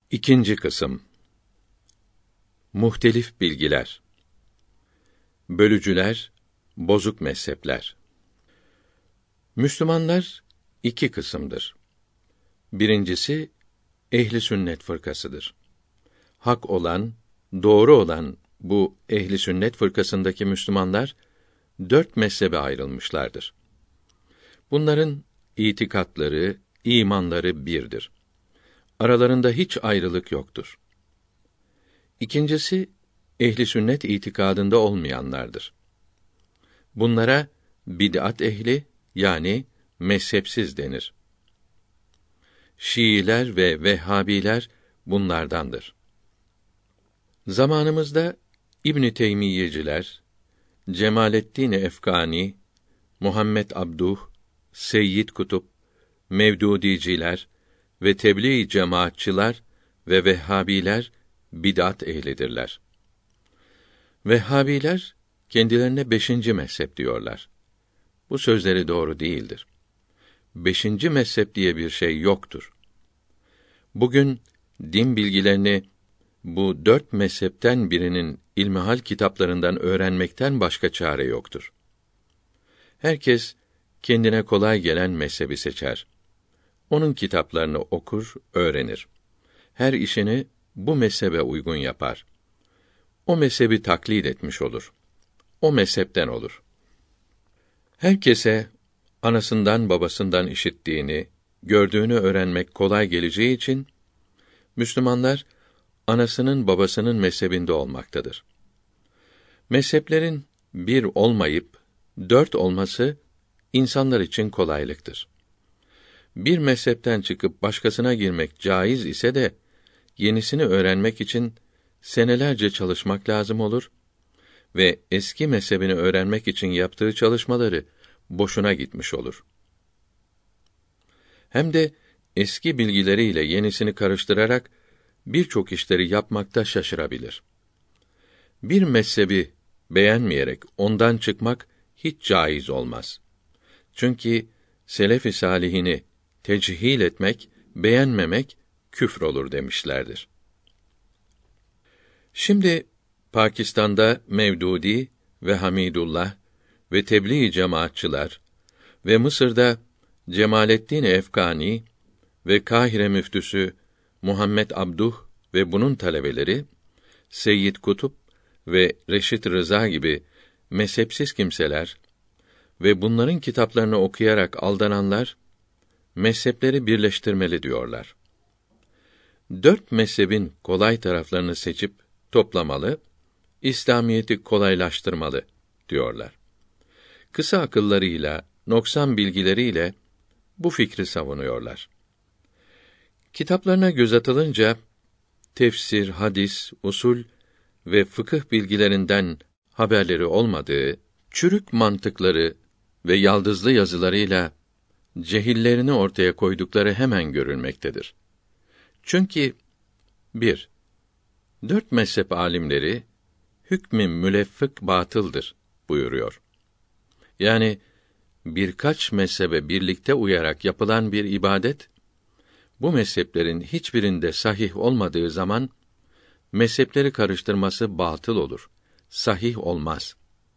İkinci kısım. Muhtelif bilgiler. Bölücüler, bozuk mezhepler. Müslümanlar iki kısımdır. Birincisi, ehli sünnet fırkasıdır. Hak olan, doğru olan bu ehli sünnet fırkasındaki Müslümanlar, 4 mezhebe ayrılmışlardır. Bunların itikatları, imanları birdir. Aralarında hiç ayrılık yoktur. İkincisi, ehli sünnet itikadında olmayanlardır. Bunlara bid'at ehli, yani mezhepsiz denir. Şiiler ve Vehhabiler bunlardandır. Zamanımızda İbn Teymiyeciler, Cemalettin Efkani, Muhammed Abduh, Seyyid Kutup, Mevdudiciler ve tebliğ cemaatçılar ve Vehhabiler bid'at ehlidirler. Vehhabiler kendilerine 5. mezhep diyorlar. Bu sözleri doğru değildir. 5. mezhep diye bir şey yoktur. Bugün din bilgilerini bu 4 mezhepten birinin ilmihal kitaplarından öğrenmekten başka çare yoktur. Herkes kendine kolay gelen mezhebi seçer. Onun kitaplarını okur, öğrenir. Her işini bu mezhebe uygun yapar. O mezhebi taklit etmiş olur. O mezhepten olur. Herkese anasından babasından işittiğini, gördüğünü öğrenmek kolay geleceği için Müslümanlar anasının babasının mezhebinde olmaktadır. Mezheplerin bir olmayıp 4 olması insanlar için kolaylıktır. Bir mezhepten çıkıp başkasına girmek caiz ise de yenisini öğrenmek için senelerce çalışmak lazım olur ve eski mezhebini öğrenmek için yaptığı çalışmaları boşuna gitmiş olur. Hem de eski bilgileriyle yenisini karıştırarak birçok işleri yapmakta şaşırabilir. Bir mezhebi beğenmeyerek ondan çıkmak hiç caiz olmaz. Çünkü selef-i salihini tecihil etmek, beğenmemek küfür olur demişlerdir. Şimdi Pakistan'da Mevdudi ve Hamidullah ve tebliğ cemaatçılar ve Mısır'da Cemalettin Efkani ve Kahire müftüsü Muhammed Abduh ve bunun talebeleri Seyyid Kutup ve Reşit Rıza gibi mezhepsiz kimseler ve bunların kitaplarını okuyarak aldananlar mezhepleri birleştirmeli diyorlar. 4 mezhebin kolay taraflarını seçip toplamalı, İslamiyeti kolaylaştırmalı diyorlar. Kısa akıllarıyla, noksan bilgileriyle bu fikri savunuyorlar. Kitaplarına göz atılınca tefsir, hadis, usul ve fıkıh bilgilerinden haberleri olmadığı, çürük mantıkları ve yaldızlı yazılarıyla cehillerini ortaya koydukları hemen görülmektedir. Çünkü 1. 4 mezhep alimleri hükmü müleffık batıldır buyuruyor. Yani birkaç mezhebe birlikte uyarak yapılan bir ibadet, bu mezheplerin hiçbirinde sahih olmadığı zaman mezhepleri karıştırması batıl olur, sahih olmaz.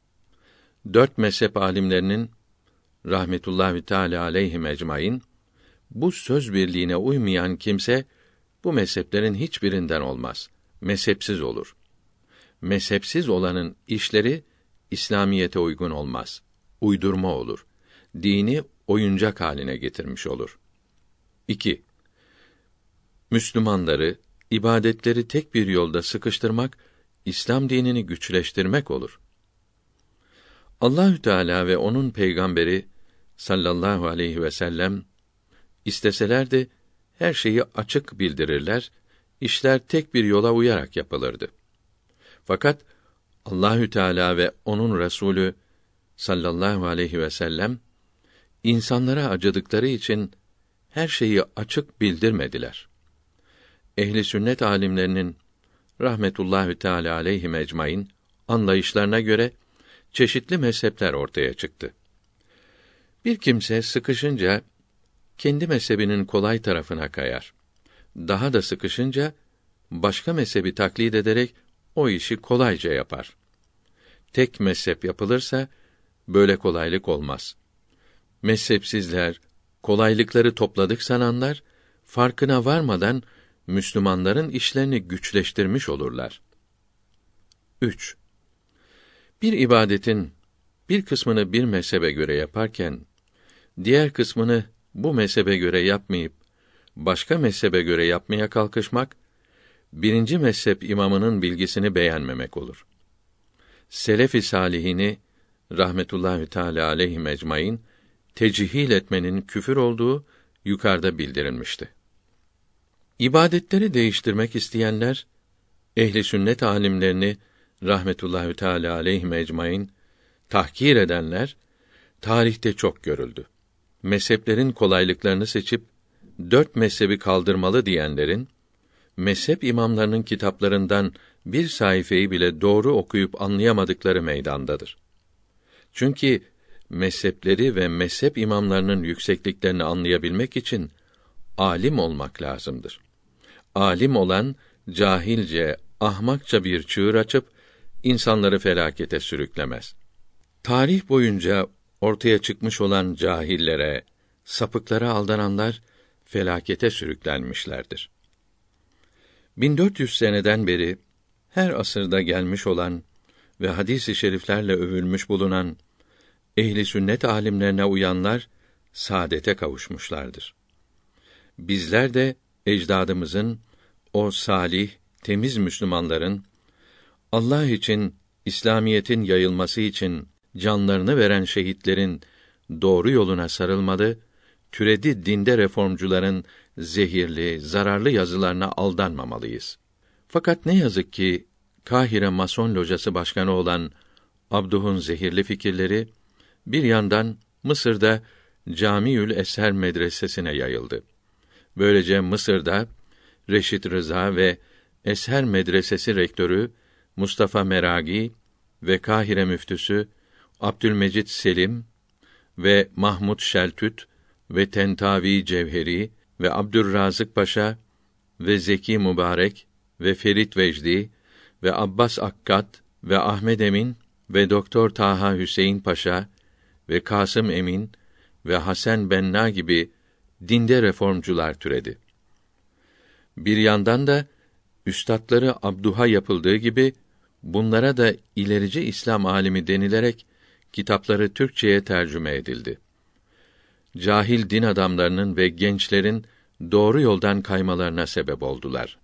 4 mezhep alimlerinin rahmetullahi teâlâ aleyhim ecmaîn bu söz birliğine uymayan kimse bu mezheplerin hiçbirinden olmaz. Mezhepsiz olur. Mezhepsiz olanın işleri İslamiyete uygun olmaz. Uydurma olur. Dini oyuncak haline getirmiş olur. 2. Müslümanları, ibadetleri tek bir yolda sıkıştırmak, İslam dinini güçleştirmek olur. Allahü Teala ve onun peygamberi sallallahu aleyhi ve sellem isteselerdi her şeyi açık bildirirler, işler tek bir yola uyarak yapılırdı. Fakat Allahü Teala ve onun Resulü sallallahu aleyhi ve sellem insanlara acıdıkları için her şeyi açık bildirmediler. Ehli sünnet alimlerinin rahmetullahi teâlâ aleyhim ecmaîn anlayışlarına göre çeşitli mezhepler ortaya çıktı. Bir kimse sıkışınca kendi mezhebinin kolay tarafına kayar. Daha da sıkışınca başka mezhebi taklit ederek o işi kolayca yapar. Tek mezhep yapılırsa böyle kolaylık olmaz. Mezhepsizler, kolaylıkları topladık sananlar, farkına varmadan Müslümanların işlerini güçleştirmiş olurlar. 3. Bir ibadetin bir kısmını bir mezhebe göre yaparken, diğer kısmını bu mezhebe göre yapmayıp, başka mezhebe göre yapmaya kalkışmak, birinci mezhep imamının bilgisini beğenmemek olur. Selef-i salihini, rahmetullahi teâlâ aleyhim ecmaîn, tecihîl etmenin küfür olduğu yukarıda bildirilmişti. İbadetleri değiştirmek isteyenler, ehli sünnet alimlerini rahmetullahi teâlâ aleyhim ecmaîn tahkir edenler tarihte çok görüldü. Mezheplerin kolaylıklarını seçip 4 mezhebi kaldırmalı diyenlerin mezhep imamlarının kitaplarından bir sayfayı bile doğru okuyup anlayamadıkları meydandadır. Çünkü mezhepleri ve mezhep imamlarının yüksekliklerini anlayabilmek için alim olmak lazımdır. Alim olan cahilce, ahmakça bir çığır açıp insanları felakete sürüklemez. Tarih boyunca ortaya çıkmış olan cahillere, sapıklara aldananlar felakete sürüklenmişlerdir. 1400 seneden beri her asırda gelmiş olan ve hadis-i şeriflerle övülmüş bulunan ehli sünnet alimlerine uyanlar saadete kavuşmuşlardır. Bizler de ecdadımızın, o salih, temiz Müslümanların Allah için, İslamiyetin yayılması için canlarını veren şehitlerin doğru yoluna sarılmalı, türedi dinde reformcuların zehirli, zararlı yazılarına aldanmamalıyız. Fakat ne yazık ki Kahire Mason Locası Başkanı olan Abduh'un zehirli fikirleri bir yandan Mısır'da Camiül Esher medresesine yayıldı. Böylece Mısır'da Reşit Rıza ve Esher Medresesi rektörü Mustafa Meragi ve Kahire müftüsü Abdülmecid Selim ve Mahmud Şeltüt ve Tentavi Cevheri ve Abdülrazık Paşa ve Zeki Mübarek ve Ferit Vecdi ve Abbas Akkat ve Ahmed Emin ve Doktor Taha Hüseyin Paşa ve Kasım Emin ve Hasan Benna gibi dinde reformcular türedi. Bir yandan da üstatları Abduh'a yapıldığı gibi bunlara da ilerici İslam alimi denilerek kitapları Türkçeye tercüme edildi. Cahil din adamlarının ve gençlerin doğru yoldan kaymalarına sebep oldular.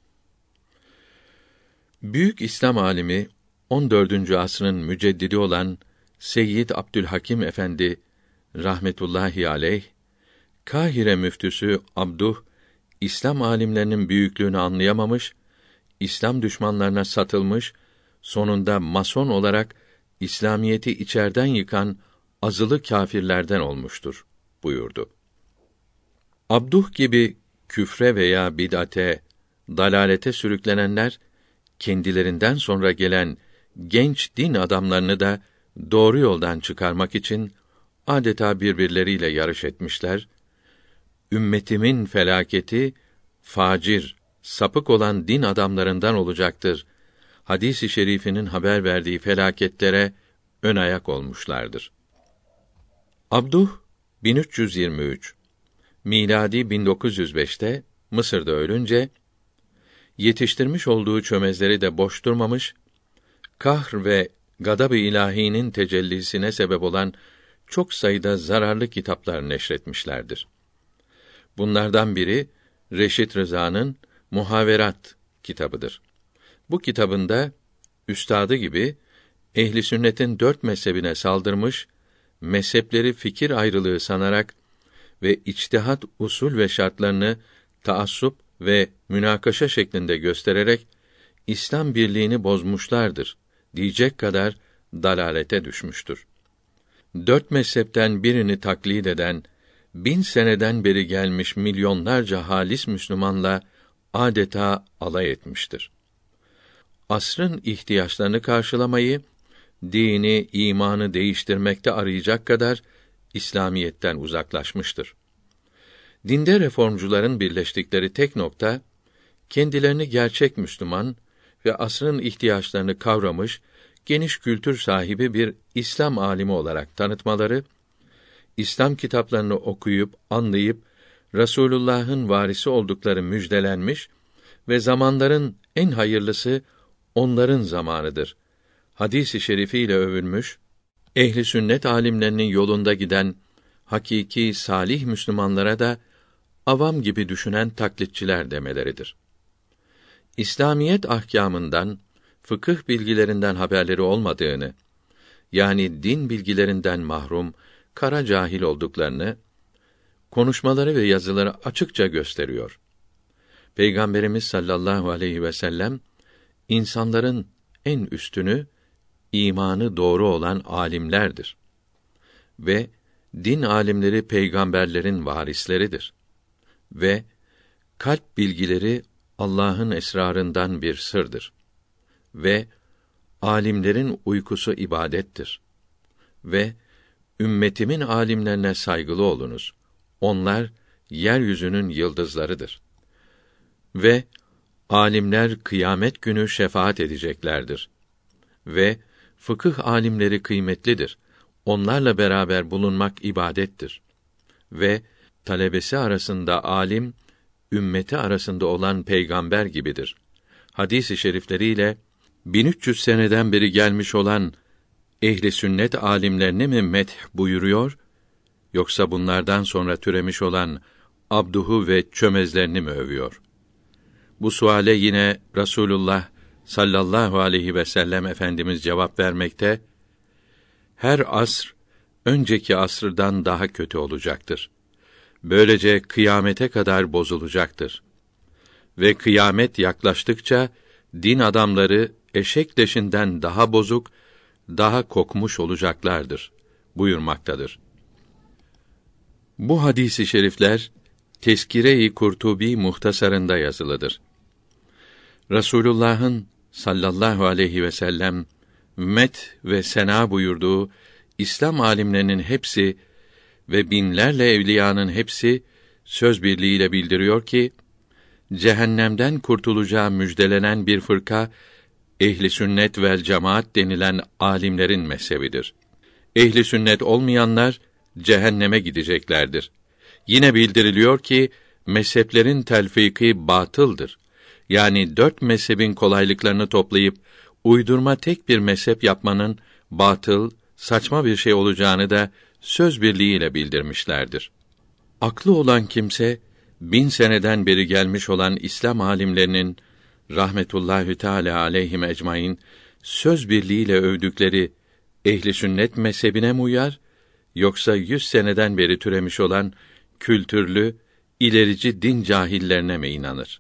Büyük İslam alimi 14. asrın müceddidi olan Seyyid Abdülhakim Efendi rahmetullahi aleyh, Kahire müftüsü Abduh, İslam alimlerinin büyüklüğünü anlayamamış, İslam düşmanlarına satılmış, sonunda mason olarak İslamiyeti içerden yıkan azılı kâfirlerden olmuştur buyurdu. Abduh gibi küfre veya bid'ate, dalalete sürüklenenler kendilerinden sonra gelen genç din adamlarını da doğru yoldan çıkarmak için adeta birbirleriyle yarış etmişler. Ümmetimin felaketi facir, sapık olan din adamlarından olacaktır. Hadis-i şerifinin haber verdiği felaketlere ön ayak olmuşlardır. Abduh 1323 miladi 1905'te Mısır'da ölünce yetiştirmiş olduğu çömezleri de boş durmamış, kahr ve gadab-ı ilahinin tecellisine sebep olan çok sayıda zararlı kitaplar neşretmişlerdir. Bunlardan biri Reşit Rıza'nın Muhaverat kitabıdır. Bu kitabında üstadı gibi ehli sünnetin 4 mezhebine saldırmış, mezhepleri fikir ayrılığı sanarak ve içtihat usul ve şartlarını taassup ve münakaşa şeklinde göstererek İslam birliğini bozmuşlardır diyecek kadar dalalete düşmüştür. 4 mezhepten birini taklit eden 1000 seneden beri gelmiş milyonlarca halis Müslümanla adeta alay etmiştir. Asrın ihtiyaçlarını karşılamayı, dini, imanı değiştirmekte arayacak kadar İslamiyetten uzaklaşmıştır. Dinde reformcuların birleştikleri tek nokta, kendilerini gerçek Müslüman ve asrın ihtiyaçlarını kavramış, geniş kültür sahibi bir İslam alimi olarak tanıtmaları, İslam kitaplarını okuyup, anlayıp, Resulullah'ın varisi oldukları müjdelenmiş ve zamanların en hayırlısı onların zamanıdır. Hadis-i şerifiyle övülmüş, ehli sünnet alimlerinin yolunda giden hakiki salih Müslümanlara da avam gibi düşünen taklitçiler demeleridir. İslamiyet ahkâmından, fıkıh bilgilerinden haberleri olmadığını, yani din bilgilerinden mahrum, kara cahil olduklarını, konuşmaları ve yazıları açıkça gösteriyor. Peygamberimiz sallallahu aleyhi ve sellem, insanların en üstünü, imanı doğru olan alimlerdir. Ve din alimleri peygamberlerin varisleridir. Ve kalp bilgileri Allah'ın esrarından bir sırdır. Ve alimlerin uykusu ibadettir. Ve ümmetimin alimlerine saygılı olunuz. Onlar yeryüzünün yıldızlarıdır. Ve alimler kıyamet günü şefaat edeceklerdir. Ve fıkıh alimleri kıymetlidir. Onlarla beraber bulunmak ibadettir. Ve talebesi arasında alim, ümmeti arasında olan peygamber gibidir. Hadis-i şerifleriyle 1300 seneden beri gelmiş olan ehli sünnet alimlerini mi meth buyuruyor, yoksa bunlardan sonra türemiş olan abduhu ve çömezlerini mi övüyor? Bu suale yine Rasulullah sallallahu aleyhi ve sellem Efendimiz cevap vermekte, her asr önceki asırdan daha kötü olacaktır. Böylece kıyamete kadar bozulacaktır. Ve kıyamet yaklaştıkça din adamları eşek leşinden daha bozuk, daha kokmuş olacaklardır buyurmaktadır. Bu hadis-i şerifler Tezkire-i Kurtubi muhtasarında yazılıdır. Resulullah'ın sallallahu aleyhi ve sellem met ve sena buyurduğu İslam alimlerinin hepsi ve binlerle evliyanın hepsi söz birliğiyle bildiriyor ki, cehennemden kurtulacağı müjdelenen bir fırka, ehli sünnet vel cemaat denilen alimlerin mezhebidir. Ehli sünnet olmayanlar cehenneme gideceklerdir. Yine bildiriliyor ki mezheplerin telfiki batıldır. Yani 4 mezhebin kolaylıklarını toplayıp uydurma tek bir mezhep yapmanın batıl, saçma bir şey olacağını da söz birliğiyle bildirmişlerdir. Aklı olan kimse 1000 seneden beri gelmiş olan İslam alimlerinin rahmetullahi teala aleyhim ecmaîn söz birliğiyle övdükleri ehli sünnet mezhebine mi uyar, yoksa 100 seneden beri türemiş olan kültürlü, ilerici din cahillerine mi inanır?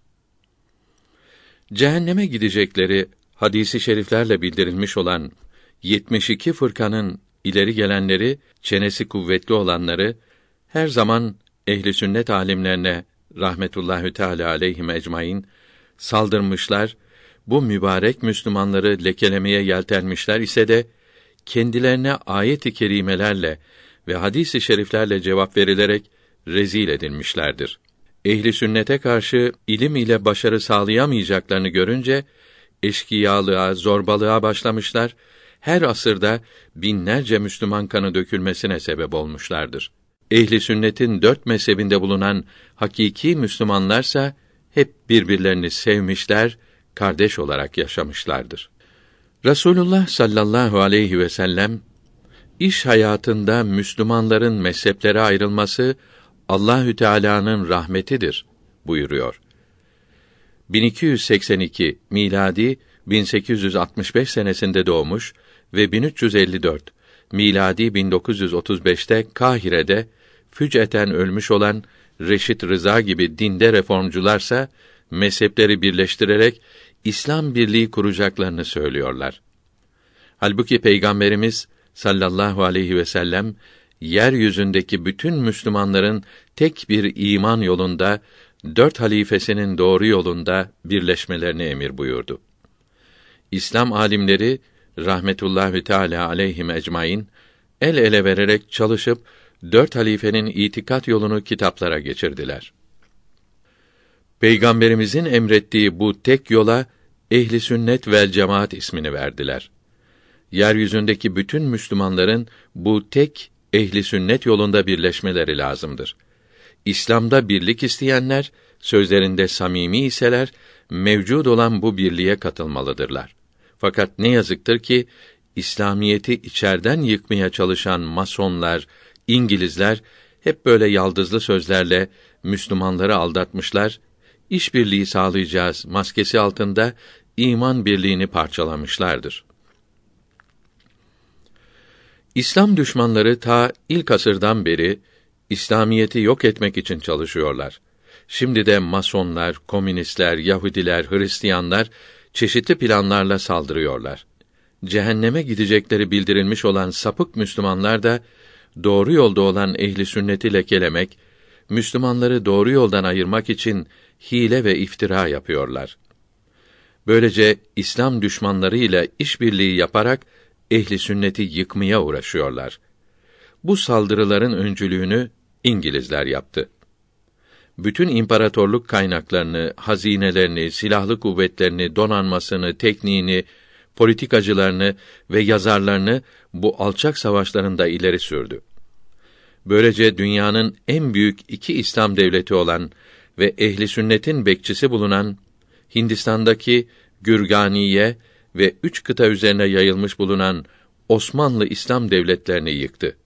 Cehenneme gidecekleri hadisi şeriflerle bildirilmiş olan 72 fırkanın ileri gelenleri, çenesi kuvvetli olanları her zaman ehli sünnet alimlerine rahmetullahi teala aleyhim ecmaîn saldırmışlar. Bu mübarek Müslümanları lekelemeye yeltenmişler ise de kendilerine ayet-i kerimelerle ve hadis-i şeriflerle cevap verilerek rezil edilmişlerdir. Ehli sünnete karşı ilim ile başarı sağlayamayacaklarını görünce eşkıyalığa, zorbalığa başlamışlar. Her asırda binlerce Müslüman kanı dökülmesine sebep olmuşlardır. Ehli sünnetin 4 mezhebinde bulunan hakiki Müslümanlarsa hep birbirlerini sevmişler, kardeş olarak yaşamışlardır. Resulullah sallallahu aleyhi ve sellem iş hayatında Müslümanların mezheplere ayrılması Allahü Teala'nın rahmetidir buyuruyor. 1282 miladi 1865 senesinde doğmuş ve 1354 miladi 1935'te Kahire'de füc'eten ölmüş olan Reşit Rıza gibi dinde reformcularsa mezhepleri birleştirerek İslam birliği kuracaklarını söylüyorlar. Halbuki Peygamberimiz sallallahu aleyhi ve sellem yeryüzündeki bütün Müslümanların tek bir iman yolunda, 4 halifesinin doğru yolunda birleşmelerini emir buyurdu. İslam alimleri rahmetullahi teala aleyhim ecmaîn el ele vererek çalışıp 4 halifenin itikat yolunu kitaplara geçirdiler. Peygamberimizin emrettiği bu tek yola ehli sünnet vel cemaat ismini verdiler. Yeryüzündeki bütün Müslümanların bu tek ehli sünnet yolunda birleşmeleri lazımdır. İslam'da birlik isteyenler, sözlerinde samimi iseler, mevcud olan bu birliğe katılmalıdırlar. Fakat ne yazıktır ki, İslamiyeti içerden yıkmaya çalışan masonlar, İngilizler, hep böyle yaldızlı sözlerle Müslümanları aldatmışlar, işbirliği sağlayacağız maskesi altında iman birliğini parçalamışlardır. İslam düşmanları ta ilk asırdan beri İslamiyeti yok etmek için çalışıyorlar. Şimdi de masonlar, komünistler, Yahudiler, Hristiyanlar çeşitli planlarla saldırıyorlar. Cehenneme gidecekleri bildirilmiş olan sapık Müslümanlar da doğru yolda olan ehli sünneti lekelemek, Müslümanları doğru yoldan ayırmak için hile ve iftira yapıyorlar. Böylece İslam düşmanları ile işbirliği yaparak ehli sünneti yıkmaya uğraşıyorlar. Bu saldırıların öncülüğünü İngilizler yaptı. Bütün imparatorluk kaynaklarını, hazinelerini, silahlı kuvvetlerini, donanmasını, tekniğini, politikacılarını ve yazarlarını bu alçak savaşlarında ileri sürdü. Böylece dünyanın en büyük iki İslam devleti olan ve ehli sünnetin bekçisi bulunan Hindistan'daki Gürganiye ve 3 kıta üzerine yayılmış bulunan Osmanlı İslam devletlerini yıktı.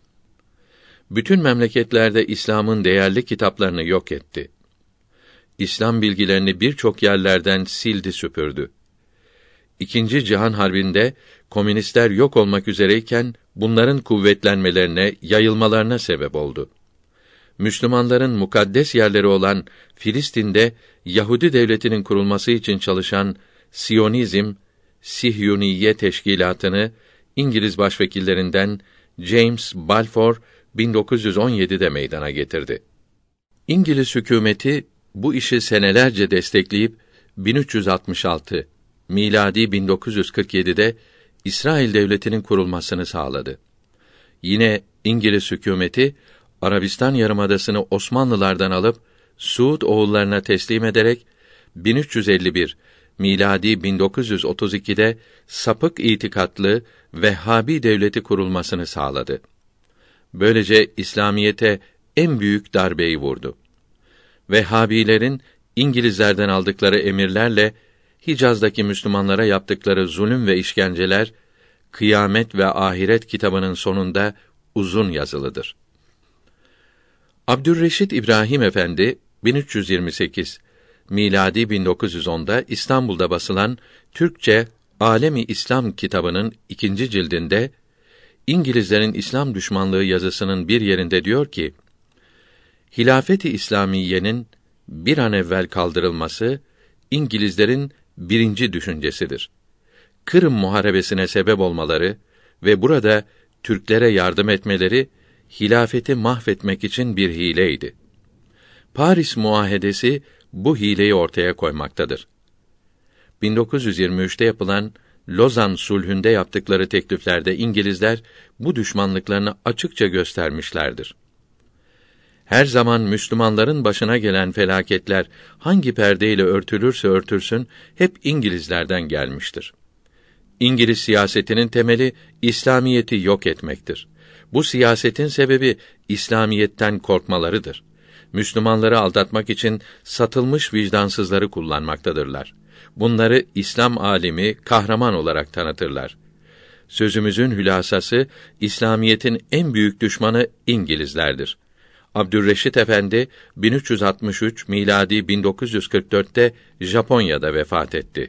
Bütün memleketlerde İslam'ın değerli kitaplarını yok etti. İslam bilgilerini birçok yerlerden sildi süpürdü. İkinci Cihan Harbi'nde komünistler yok olmak üzereyken bunların kuvvetlenmelerine, yayılmalarına sebep oldu. Müslümanların mukaddes yerleri olan Filistin'de Yahudi devletinin kurulması için çalışan Siyonizm, Sihyuniye teşkilatını İngiliz başvekillerinden James Balfour 1917'de meydana getirdi. İngiliz hükümeti bu işi senelerce destekleyip 1366 miladi 1947'de İsrail devletinin kurulmasını sağladı. Yine İngiliz hükümeti Arabistan Yarımadası'nı Osmanlılardan alıp Suud oğullarına teslim ederek 1351 miladi 1932'de sapık itikatlı Vehhabi devleti kurulmasını sağladı. Böylece İslamiyete en büyük darbeyi vurdu. Vehhabilerin İngilizlerden aldıkları emirlerle Hicaz'daki Müslümanlara yaptıkları zulüm ve işkenceler Kıyamet ve Ahiret kitabının sonunda uzun yazılıdır. Abdülreşit İbrahim Efendi 1328 miladi 1910'da İstanbul'da basılan Türkçe Alemi İslam kitabının 2. cildinde İngilizlerin İslam düşmanlığı yazısının bir yerinde diyor ki: Hilafeti İslamiyenin bir an evvel kaldırılması İngilizlerin birinci düşüncesidir. Kırım Muharebesine sebep olmaları ve burada Türklere yardım etmeleri hilafeti mahvetmek için bir hileydi. Paris Muahedesi bu hileyi ortaya koymaktadır. 1923'te yapılan Lozan Sulhü'nde yaptıkları tekliflerde İngilizler bu düşmanlıklarını açıkça göstermişlerdir. Her zaman Müslümanların başına gelen felaketler hangi perdeyle örtülürse örtülsün hep İngilizlerden gelmiştir. İngiliz siyasetinin temeli İslamiyeti yok etmektir. Bu siyasetin sebebi İslamiyetten korkmalarıdır. Müslümanları aldatmak için satılmış vicdansızları kullanmaktadırlar. Bunları İslam alimi, kahraman olarak tanıtırlar. Sözümüzün hülasası, İslamiyetin en büyük düşmanı İngilizlerdir. Abdülreşit Efendi 1363 miladi 1944'te Japonya'da vefat etti.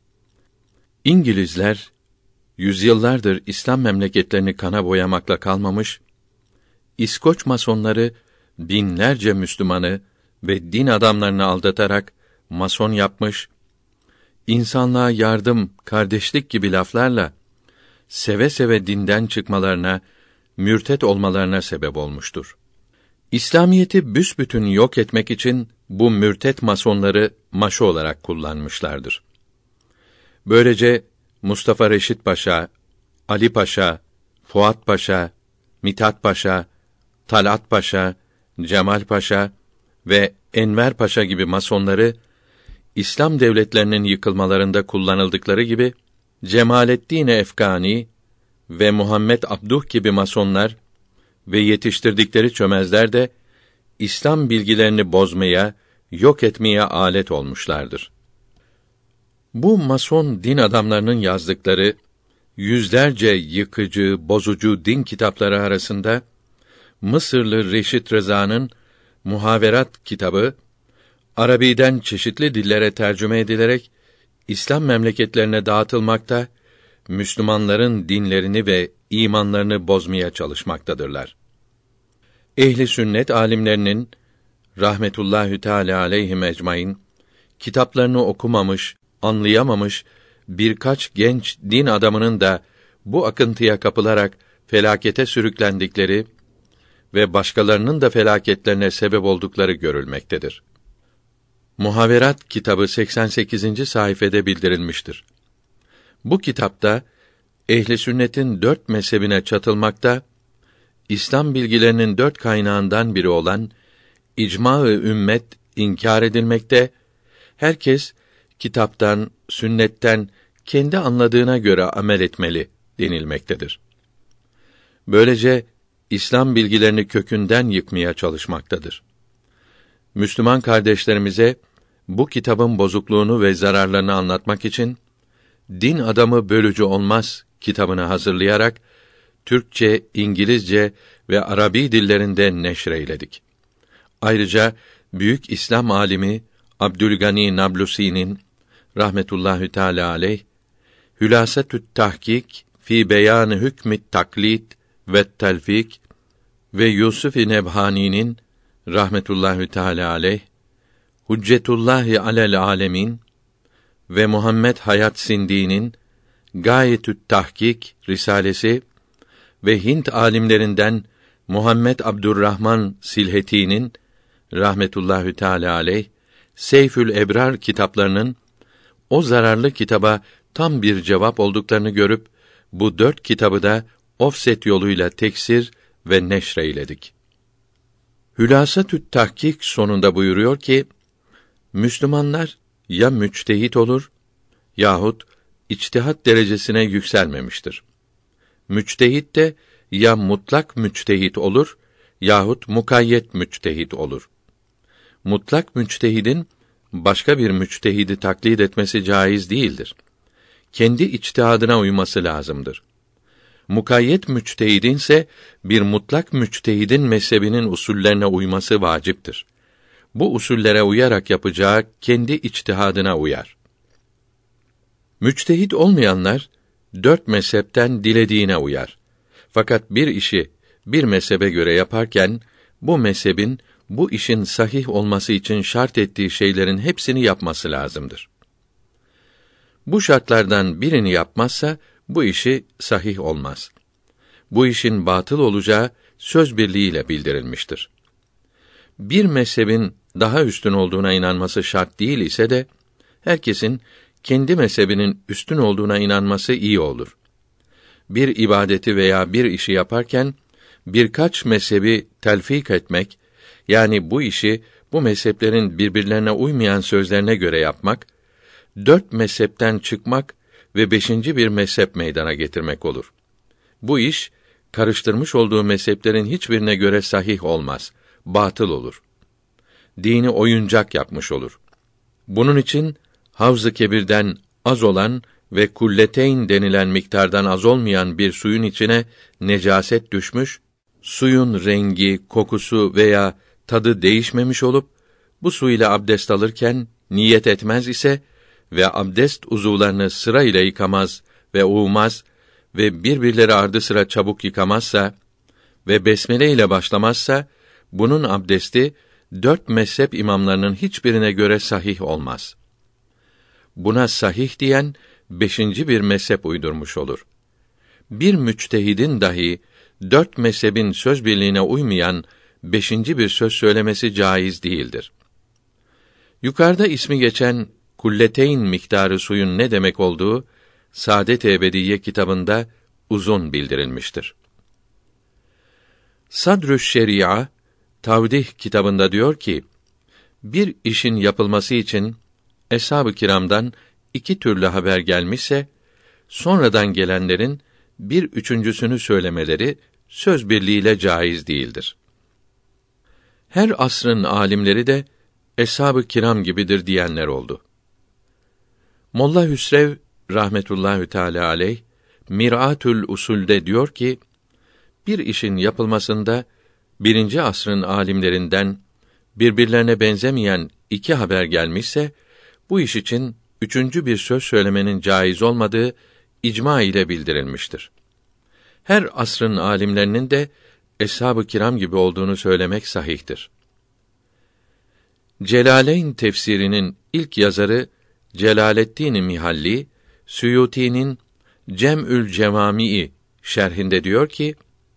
İngilizler yüzyıllardır İslam memleketlerini kana boyamakla kalmamış, İskoç masonları binlerce Müslümanı ve din adamlarını aldatarak mason yapmış, insanlığa yardım, kardeşlik gibi laflarla seve seve dinden çıkmalarına, mürtet olmalarına sebep olmuştur. İslamiyeti büsbütün yok etmek için bu mürtet masonları maşo olarak kullanmışlardır. Böylece Mustafa Reşit Paşa, Ali Paşa, Fuat Paşa, Mithat Paşa, Talat Paşa, Cemal Paşa ve Enver Paşa gibi masonları, İslam devletlerinin yıkılmalarında kullanıldıkları gibi, Cemalettin Efkani ve Muhammed Abduh gibi masonlar ve yetiştirdikleri çömezler de, İslam bilgilerini bozmaya, yok etmeye alet olmuşlardır. Bu mason din adamlarının yazdıkları, yüzlerce yıkıcı, bozucu din kitapları arasında, Mısırlı Reşit Rıza'nın Muhaverat kitabı, Arabi'den çeşitli dillere tercüme edilerek, İslam memleketlerine dağıtılmakta, Müslümanların dinlerini ve imanlarını bozmaya çalışmaktadırlar. Ehli sünnet alimlerinin rahmetullahi teâlâ aleyhim ecmaîn kitaplarını okumamış, anlayamamış birkaç genç din adamının da bu akıntıya kapılarak felakete sürüklendikleri ve başkalarının da felaketlerine sebep oldukları görülmektedir. Muhaverat kitabı 88. sayfede bildirilmiştir. Bu kitapta ehli sünnetin 4 mezhebine çatılmakta, İslam bilgilerinin 4 kaynağından biri olan icma-ı ümmet inkar edilmekte, herkes kitaptan, sünnetten kendi anladığına göre amel etmeli denilmektedir. Böylece İslam bilgilerini kökünden yıkmaya çalışmaktadır. Müslüman kardeşlerimize bu kitabın bozukluğunu ve zararlarını anlatmak için Din Adamı Bölücü Olmaz kitabını hazırlayarak Türkçe, İngilizce ve Arabi dillerinde neşreyledik. Ayrıca büyük İslam alimi Abdülgani Nablusi'nin rahmetullahi teâlâ aleyh Hülasetü't Tahkik fi Beyan Hükmü't Taklit ve Telfik ve Yusuf-i Nebhani'nin rahmetullahi teâlâ aleyh Hüccetullahi alel âlemin ve Muhammed Hayat Sindi'nin Gayetü't Tahkik risalesi ve Hint alimlerinden Muhammed Abdurrahman Silheti'nin rahmetullahi teâlâ aleyh Seyfül Ebrar kitaplarının o zararlı kitaba tam bir cevap olduklarını görüp bu 4 kitabı da ofset yoluyla teksir ve neşreyledik. Hülasatü't Tahkik sonunda buyuruyor ki, Müslümanlar ya müçtehit olur yahut içtihat derecesine yükselmemiştir. Müçtehit de ya mutlak müçtehit olur yahut mukayyet müçtehit olur. Mutlak müçtehidin başka bir müçtehidi taklit etmesi caiz değildir. Kendi içtihadına uyması lazımdır. Mukayyet müçtehidin ise bir mutlak müçtehidin mezhebinin usullerine uyması vaciptir. Bu usullere uyarak yapacağı kendi içtihadına uyar. Müçtehit olmayanlar 4 mezhepten dilediğine uyar. Fakat bir işi bir mezhebe göre yaparken bu mezhebin bu işin sahih olması için şart ettiği şeylerin hepsini yapması lazımdır. Bu şartlardan birini yapmazsa bu işi sahih olmaz. Bu işin batıl olacağı söz birliğiyle bildirilmiştir. Bir mezhebin daha üstün olduğuna inanması şart değil ise de herkesin kendi mezhebinin üstün olduğuna inanması iyi olur. Bir ibadeti veya bir işi yaparken birkaç mezhebi telfik etmek, yani bu işi bu mezheplerin birbirlerine uymayan sözlerine göre yapmak, 4 mezhepten çıkmak ve 5. bir mezhep meydana getirmek olur. Bu iş karıştırmış olduğu mezheplerin hiçbirine göre sahih olmaz, batıl olur. Dini oyuncak yapmış olur. Bunun için Havz-ı Kebir'den az olan ve kulleteyn denilen miktardan az olmayan bir suyun içine necaset düşmüş, suyun rengi, kokusu veya tadı değişmemiş olup, bu su ile abdest alırken niyet etmez ise ve abdest uzuvlarını sıra ile yıkamaz ve uğmaz ve birbirleri ardı sıra çabuk yıkamazsa ve besmele ile başlamazsa, bunun abdesti 4 mezhep imamlarının hiçbirine göre sahih olmaz. Buna sahih diyen 5. bir mezhep uydurmuş olur. Bir müçtehidin dahi 4 mezhebin söz birliğine uymayan 5. bir söz söylemesi caiz değildir. Yukarıda ismi geçen kulleteyn miktarı suyun ne demek olduğu Saadet-i Ebediyye kitabında uzun bildirilmiştir. Sadrü'ş Şeria Tavdih kitabında diyor ki, Bir işin yapılması için eshab-ı kiramdan iki türlü haber gelmişse, sonradan gelenlerin bir üçüncüsünü söylemeleri söz birliğiyle caiz değildir. Her asrın alimleri de eshab-ı kiram gibidir diyenler oldu. Molla Hüsrev rahmetullahi teala aleyh Mir'atül Usul'de diyor ki, bir işin yapılmasında birinci asrın alimlerinden birbirlerine benzemeyen iki haber gelmişse, bu iş için üçüncü bir söz söylemenin caiz olmadığı icma ile bildirilmiştir. Her asrın alimlerinin de eshab-ı kiram gibi olduğunu söylemek sahihtir. Celaleyn tefsirinin ilk yazarı Celaleddin Mihalli, Suyuti'nin Cem'ül Cevâmi'i şerhinde diyor ki,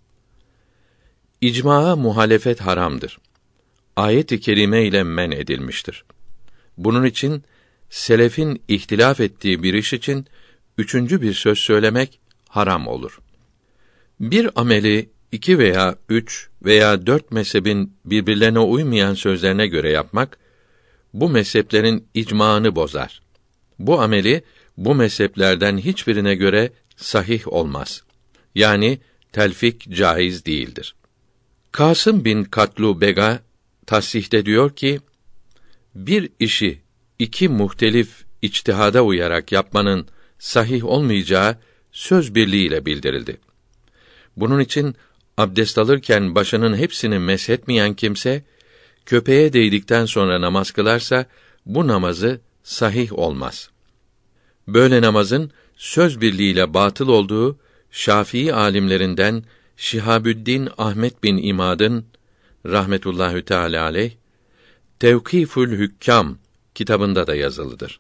İcma'a muhalefet haramdır. Ayet-i kerime ile men edilmiştir. Bunun için selefin ihtilaf ettiği bir iş için üçüncü bir söz söylemek haram olur. Bir ameli iki veya üç veya dört mezhebin birbirlerine uymayan sözlerine göre yapmak, bu mezheplerin icmaını bozar. Bu ameli bu mezheplerden hiçbirine göre sahih olmaz. Yani telfik caiz değildir. Kasım bin Katlu Bega tasihte diyor ki, bir işi iki muhtelif içtihada uyarak yapmanın sahih olmayacağı söz birliğiyle bildirildi. Bunun için abdest alırken başının hepsini meshetmeyen kimse, köpeğe değdikten sonra namaz kılarsa, bu namazı sahih olmaz. Böyle namazın söz birliğiyle batıl olduğu, Şafii alimlerinden Şihabüddin Ahmet bin İmad'ın rahmetullahi teala aleyh Tevkîfül Hükkâm kitabında da yazılıdır.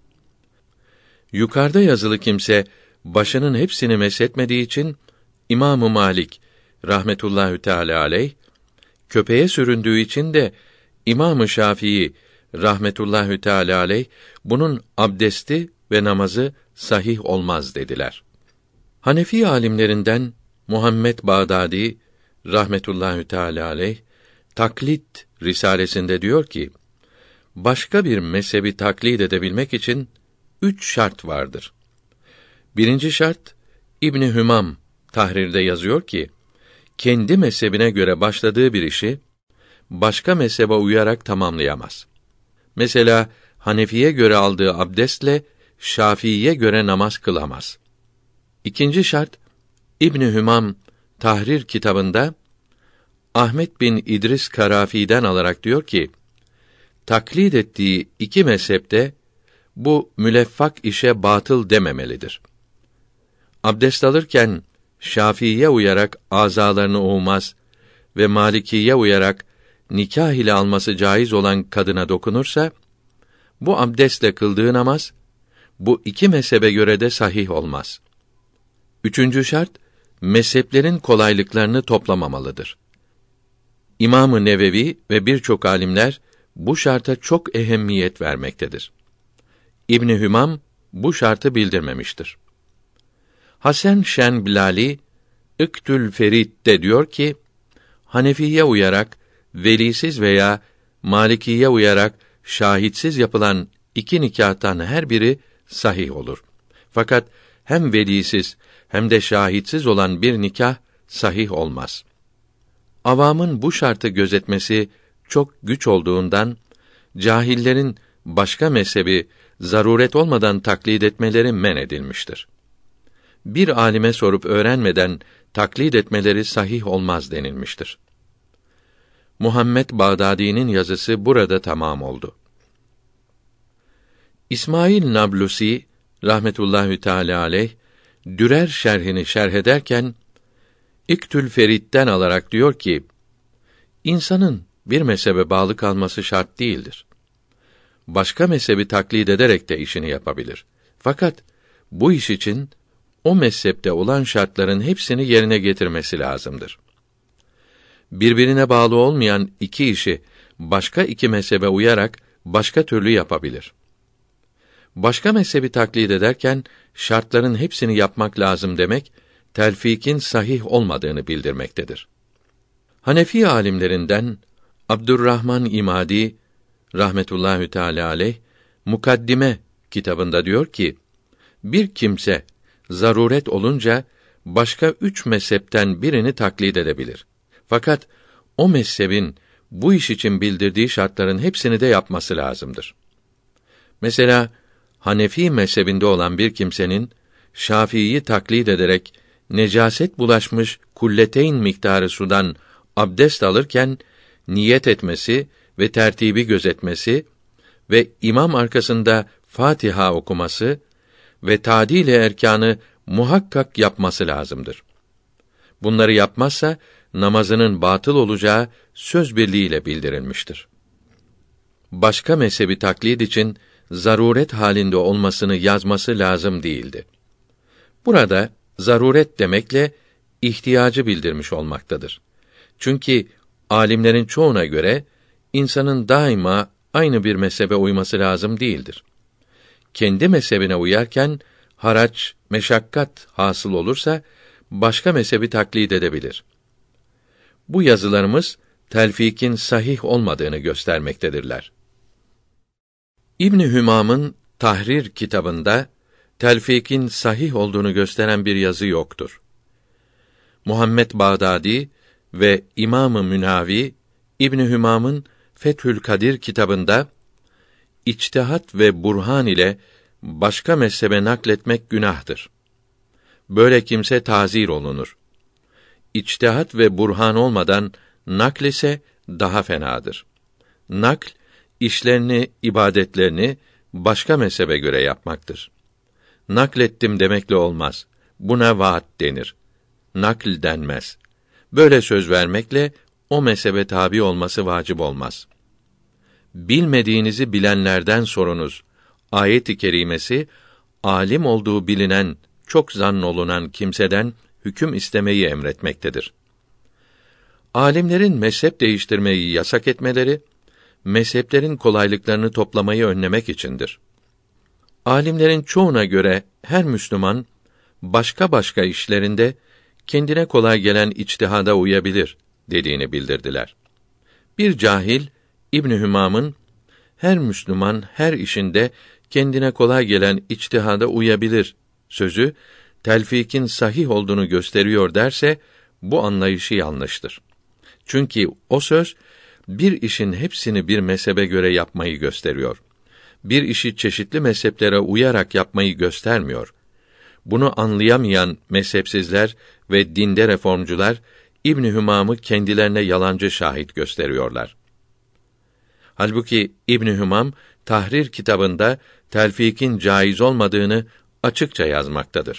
Yukarıda yazılı kimse başının hepsini meshetmediği için İmam-ı Malik rahmetullahi teala aleyh, köpeğe süründüğü için de İmam-ı Şafii rahmetullahi teala aleyh bunun abdesti ve namazı sahih olmaz dediler. Hanefi alimlerinden Muhammed Bağdadi rahmetullahi teala aleyh Taklit risalesinde diyor ki, başka bir mezhebi taklit edebilmek için 3 şart vardır. Birinci şart, İbn Hümam Tahrir'de yazıyor ki, kendi mezhebine göre başladığı bir işi başka mezhebe uyarak tamamlayamaz. Mesela Hanefi'ye göre aldığı abdestle Şafii'ye göre namaz kılamaz. İkinci şart, İbn Hümam Tahrir kitabında Ahmet bin İdris Karafi'den alarak diyor ki, taklit ettiği iki mezhepte bu müleffak işe batıl dememelidir. Abdest alırken Şafii'ye uyarak azalarını ovmaz ve Maliki'ye uyarak nikah ile alması caiz olan kadına dokunursa, bu abdestle kıldığı namaz, bu iki mezhebe göre de sahih olmaz. Üçüncü şart, mezheplerin kolaylıklarını toplamamalıdır. İmam-ı Nevevi ve birçok alimler bu şarta çok ehemmiyet vermektedir. İbn Hümam bu şartı bildirmemiştir. Hasan Şenbilali İktül Ferid'de diyor ki, Hanefi'ye uyarak velisiz veya Maliki'ye uyarak şahitsiz yapılan iki nikahtan her biri sahih olur. Fakat hem velisiz hem de şahitsiz olan bir nikah sahih olmaz. Avamın bu şartı gözetmesi çok güç olduğundan, cahillerin başka mezhebi zaruret olmadan taklit etmeleri men edilmiştir. Bir alime sorup öğrenmeden taklit etmeleri sahih olmaz denilmiştir. Muhammed Bağdadi'nin yazısı burada tamam oldu. İsmail Nablusi rahmetullahi teala aleyh Dürer şerhini şerh ederken İktül Ferid'den alarak diyor ki, insanın bir mezhebe bağlı kalması şart değildir. Başka mezhebi taklit ederek de işini yapabilir. Fakat bu iş için o mezhepte olan şartların hepsini yerine getirmesi lazımdır. Birbirine bağlı olmayan iki işi başka iki mezhebe uyarak başka türlü yapabilir. Başka mezhebi taklit ederken şartların hepsini yapmak lazım demek, telfikin sahih olmadığını bildirmektedir. Hanefi alimlerinden Abdurrahman İmadi rahmetullahi teala aleyh Mukaddime kitabında diyor ki, bir kimse zaruret olunca başka 3 mezhepten birini taklit edebilir. Fakat o mezhebin bu iş için bildirdiği şartların hepsini de yapması lazımdır. Mesela Hanefi mezhebinde olan bir kimsenin Şafii'yi taklit ederek necaset bulaşmış kulleteyn miktarı sudan abdest alırken niyet etmesi ve tertibi gözetmesi ve imam arkasında Fatiha okuması ve tadil-i erkanı muhakkak yapması lazımdır. Bunları yapmazsa namazının batıl olacağı söz birliğiyle bildirilmiştir. Başka mezhebi taklid için zaruret halinde olmasını yazması lazım değildi. Burada zaruret demekle ihtiyacı bildirmiş olmaktadır. Çünkü alimlerin çoğuna göre insanın daima aynı bir mezhebe uyması lazım değildir. Kendi mezhebine uyarken haraç, meşakkat hasıl olursa başka mezhebi taklit edebilir. Bu yazılarımız telfikin sahih olmadığını göstermektedirler. İbn Hümam'ın Tahrir kitabında telfikin sahih olduğunu gösteren bir yazı yoktur. Muhammed Bağdadi ve İmam-ı Münavi İbn Hümam'ın Fethül Kadir kitabında içtihat ve burhan ile başka mezhebe nakletmek günahtır. Böyle kimse tazir olunur. İçtihat ve burhan olmadan naklese daha fenadır. Nakl, işlerini, ibadetlerini başka mezhebe göre yapmaktır. Naklettim demekle olmaz. Buna vaat denir. Nakl denmez. Böyle söz vermekle o mezhebe tabi olması vacip olmaz. Bilmediğinizi bilenlerden sorunuz. Ayet-i kerimesi, alim olduğu bilinen, çok zannolunan kimseden hüküm istemeyi emretmektedir. Alimlerin mezhep değiştirmeyi yasak etmeleri, mezheplerin kolaylıklarını toplamayı önlemek içindir. Alimlerin çoğuna göre her Müslüman başka işlerinde kendine kolay gelen içtihada uyabilir dediğini bildirdiler. Bir cahil İbn Hümam'ın her Müslüman her işinde kendine kolay gelen içtihada uyabilir sözü telfikin sahih olduğunu gösteriyor derse bu anlayışı yanlıştır. Çünkü o söz bir işin hepsini bir mezhebe göre yapmayı gösteriyor. Bir işi çeşitli mezheplere uyarak yapmayı göstermiyor. Bunu anlayamayan mezhepsizler ve dinde reformcular İbn Hümam'ı kendilerine yalancı şahit gösteriyorlar. Halbuki İbn Hümam Tahrir kitabında telfikin caiz olmadığını açıkça yazmaktadır.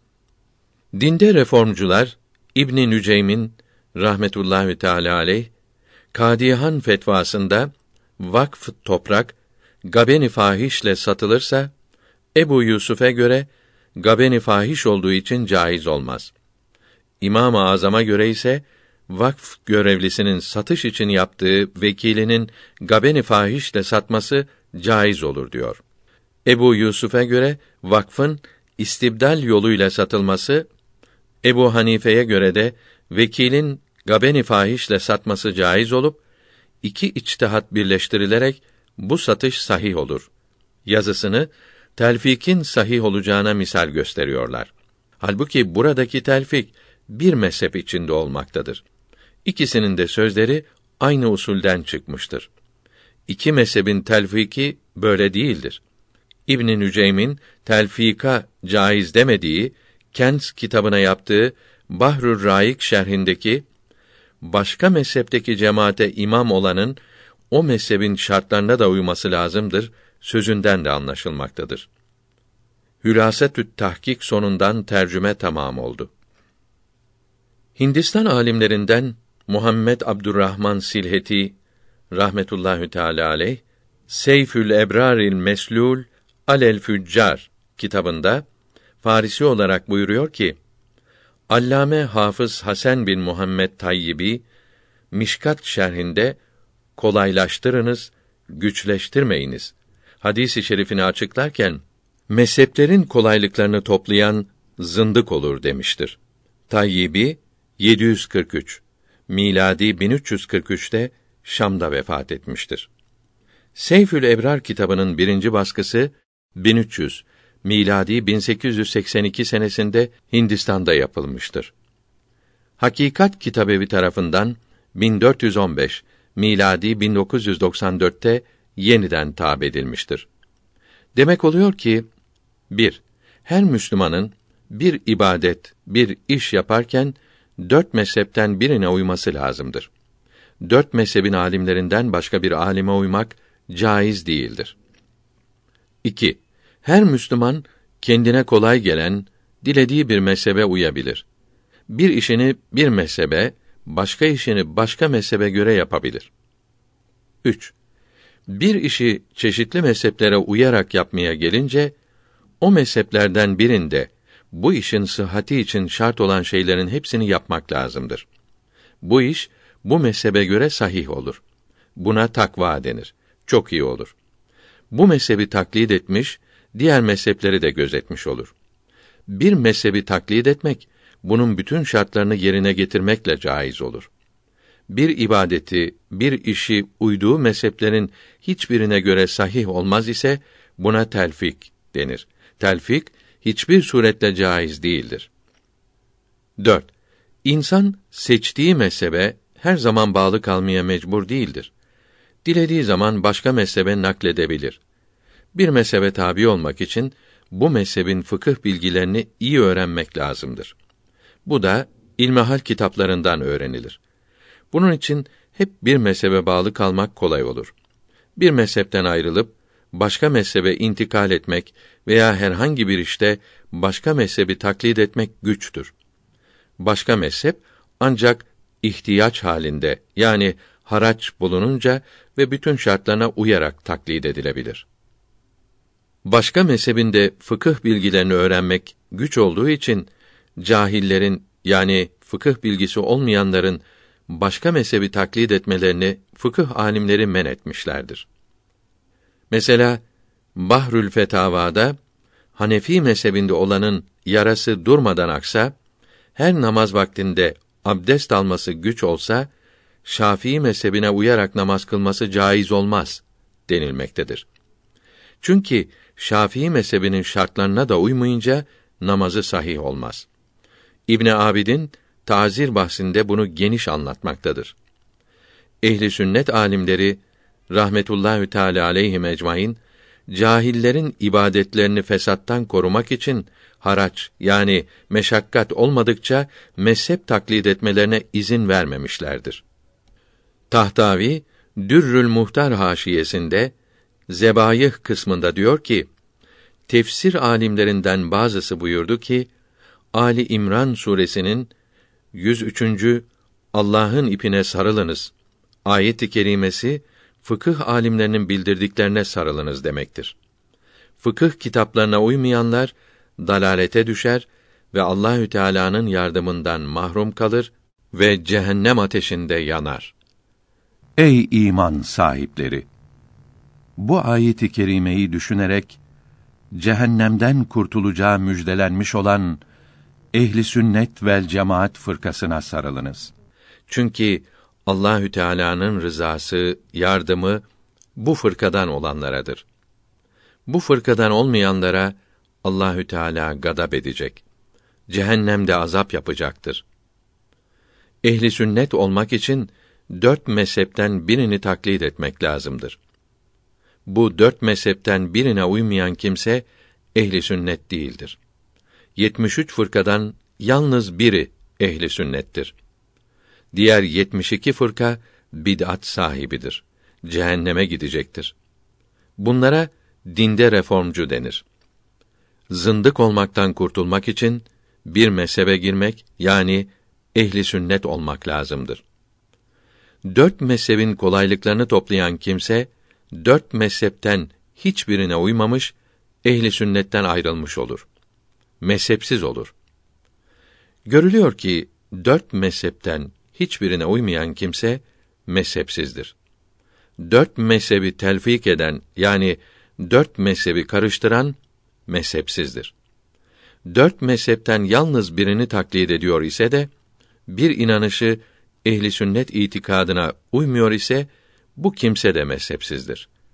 Dinde reformcular İbn Nüceym'in rahmetullahi teala aleyh Kadihan fetvasında vakf toprak gabeni fahişle satılırsa Ebu Yusuf'e göre gabeni fahiş olduğu için caiz olmaz. İmam-ı Azam'a göre ise vakf görevlisinin satış için yaptığı vekilinin gabeni fahişle satması caiz olur diyor. Ebu Yusuf'e göre vakfın istibdal yoluyla satılması, Ebu Hanife'ye göre de vekilin gabeni fahişle satması caiz olup iki içtihat birleştirilerek bu satış sahih olur. Yazısını telfikin sahih olacağına misal gösteriyorlar. Halbuki buradaki telfik bir mezhep içinde olmaktadır. İkisinin de sözleri aynı usulden çıkmıştır. İki mezhebin telfiki böyle değildir. İbn Nüceym'in telfika caiz demediği Kens kitabına yaptığı Bahrur Raik şerhindeki başka mezhepteki cemaate imam olanın o mezhebin şartlarına da uyması lazımdır sözünden de anlaşılmaktadır. Hülasetü't Tahkik sonundan tercüme tamam oldu. Hindistan alimlerinden Muhammed Abdurrahman Silheti rahmetullahi teala aleyh Seyfül Ebraril Meslul alel Füccar kitabında Farisi olarak buyuruyor ki, Allame Hafız Hasan bin Muhammed Tayyibi Mişkat şerhinde kolaylaştırınız, güçleştirmeyiniz hadis-i şerifini açıklarken mezheplerin kolaylıklarını toplayan zındık olur demiştir. Tayyibi 743 miladi 1343'te Şam'da vefat etmiştir. Seyfül Ebrar kitabının 1. baskısı 1300 miladi 1882 senesinde Hindistan'da yapılmıştır. Hakikat Kitabevi tarafından 1415 miladi 1994'te yeniden tab edilmiştir. Demek oluyor ki 1. Her Müslümanın bir ibadet, bir iş yaparken 4 mezhepten birine uyması lazımdır. 4 mezhebin alimlerinden başka bir alime uymak caiz değildir. 2. Her Müslüman kendine kolay gelen, dilediği bir mezhebe uyabilir. Bir işini bir mezhebe, başka işini başka mezhebe göre yapabilir. 3. Bir işi çeşitli mezheplere uyarak yapmaya gelince, o mezheplerden birinde bu işin sıhhati için şart olan şeylerin hepsini yapmak lazımdır. Bu iş bu mezhebe göre sahih olur. Buna takva denir. Çok iyi olur. Bu mezhebi taklit etmiş, diğer mezhepleri de gözetmiş olur. Bir mezhebi taklit etmek, bunun bütün şartlarını yerine getirmekle caiz olur. Bir ibadeti, bir işi uyduğu mezheplerin hiçbirine göre sahih olmaz ise, buna telfik denir. Telfik, hiçbir suretle caiz değildir. 4. İnsan, seçtiği mezhebe her zaman bağlı kalmaya mecbur değildir. Dilediği zaman başka mezhebe nakledebilir. Bir mezhebe tabi olmak için, bu mezhebin fıkıh bilgilerini iyi öğrenmek lazımdır. Bu da ilmihal kitaplarından öğrenilir. Bunun için hep bir mezhebe bağlı kalmak kolay olur. Bir mezhepten ayrılıp başka mezhebe intikal etmek veya herhangi bir işte başka mezhebi taklit etmek güçtür. Başka mezhep ancak ihtiyaç halinde, yani haraç bulununca ve bütün şartlarına uyarak taklit edilebilir. Başka mezhebin de fıkıh bilgilerini öğrenmek güç olduğu için cahillerin, yani fıkıh bilgisi olmayanların başka mezhebi taklit etmelerini fıkıh alimleri men etmişlerdir. Mesela Bahrül Fetavada Hanefi mezhebinde olanın yarası durmadan aksa, her namaz vaktinde abdest alması güç olsa, Şafii mezhebine uyarak namaz kılması caiz olmaz denilmektedir. Çünkü Şafii mezhebinin şartlarına da uymayınca namazı sahih olmaz. İbn Abidin Tazir bahsinde bunu geniş anlatmaktadır. Ehli sünnet alimleri rahmetullahi teala aleyhim ecmaîn, cahillerin ibadetlerini fesattan korumak için haraç, yani meşakkat olmadıkça mezhep taklit etmelerine izin vermemişlerdir. Tahtavi Dürrül Muhtar haşiyesinde Zebayih kısmında diyor ki, tefsir alimlerinden bazısı buyurdu ki, Ali İmran suresinin 103. Allah'ın ipine sarılınız ayet-i kerimesi, fıkıh alimlerinin bildirdiklerine sarılınız demektir. Fıkıh kitaplarına uymayanlar dalalete düşer ve Allahü Teala'nın yardımından mahrum kalır ve cehennem ateşinde yanar. Ey iman sahipleri! Bu ayet-i kerimeyi düşünerek cehennemden kurtulacağı müjdelenmiş olan ehli sünnet vel cemaat fırkasına sarılınız. Çünkü Allahü Teala'nın rızası, yardımı bu fırkadan olanlaradır. Bu fırkadan olmayanlara Allahü Teala gadap edecek. Cehennemde azap yapacaktır. Ehli sünnet olmak için 4 mezhepten birini taklit etmek lazımdır. Bu 4 mezhepten birine uymayan kimse ehli sünnet değildir. 73 fırkadan yalnız biri ehli sünnettir. Diğer 72 fırka bid'at sahibidir. Cehenneme gidecektir. Bunlara dinde reformcu denir. Zındık olmaktan kurtulmak için bir mezhebe girmek, yani ehli sünnet olmak lazımdır. 4 mezhebin kolaylıklarını toplayan kimse 4 mezhepten hiçbirine uymamış, ehli sünnetten ayrılmış olur. Mezhepsiz olur. Görülüyor ki 4 mezhepten hiçbirine uymayan kimse mezhepsizdir. 4 mezhebi telfik eden, yani 4 mezhebi karıştıran mezhepsizdir. 4 mezhepten yalnız birini taklit ediyor ise de bir inanışı ehli sünnet itikadına uymuyor ise bu kimse de mezhepsizdir.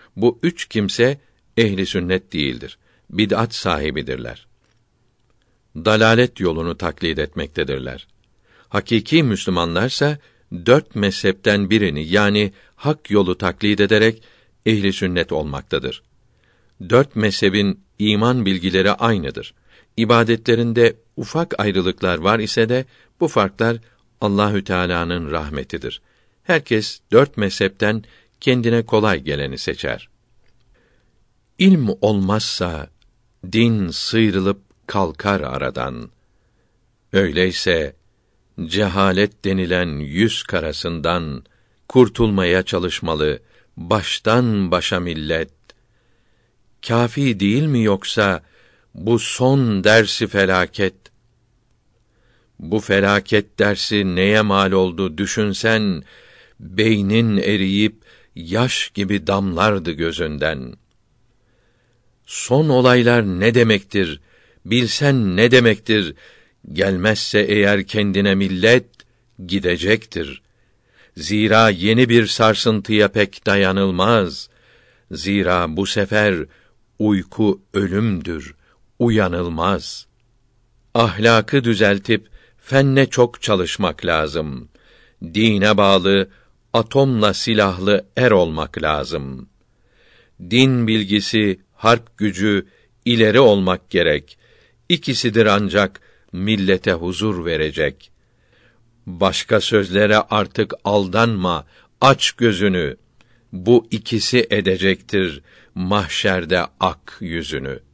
Bu üç kimse ehli sünnet değildir. Bid'at sahibidirler. Dalalet yolunu taklit etmektedirler. Hakiki Müslümanlarsa dört mezhepten birini, yani hak yolu taklit ederek ehli sünnet olmaktadır. Dört mezhebin iman bilgileri aynıdır. İbadetlerinde ufak ayrılıklar var ise de bu farklar Allahü Teala'nın rahmetidir. Herkes dört mezhepten kendine kolay geleni seçer. İlm olmazsa din sıyrılıp kalkar aradan. Öyleyse cehalet denilen yüz karasından kurtulmaya çalışmalı baştan başa millet. Kâfi değil mi yoksa bu son dersi felaket? Bu felaket dersi neye mal oldu düşünsen, beynin eriyip yaş gibi damlardı gözünden. Son olaylar ne demektir? Bilsen ne demektir? Gelmezse eğer kendine millet, gidecektir. Zira yeni bir sarsıntıya pek dayanılmaz. Zira bu sefer uyku ölümdür, uyanılmaz. Ahlakı düzeltip fenne çok çalışmak lazım. Dine bağlı, atomla silahlı er olmak lazım. Din bilgisi, harp gücü ileri olmak gerek. İkisidir ancak millete huzur verecek. Başka sözlere artık aldanma, aç gözünü. Bu ikisi edecektir mahşerde ak yüzünü.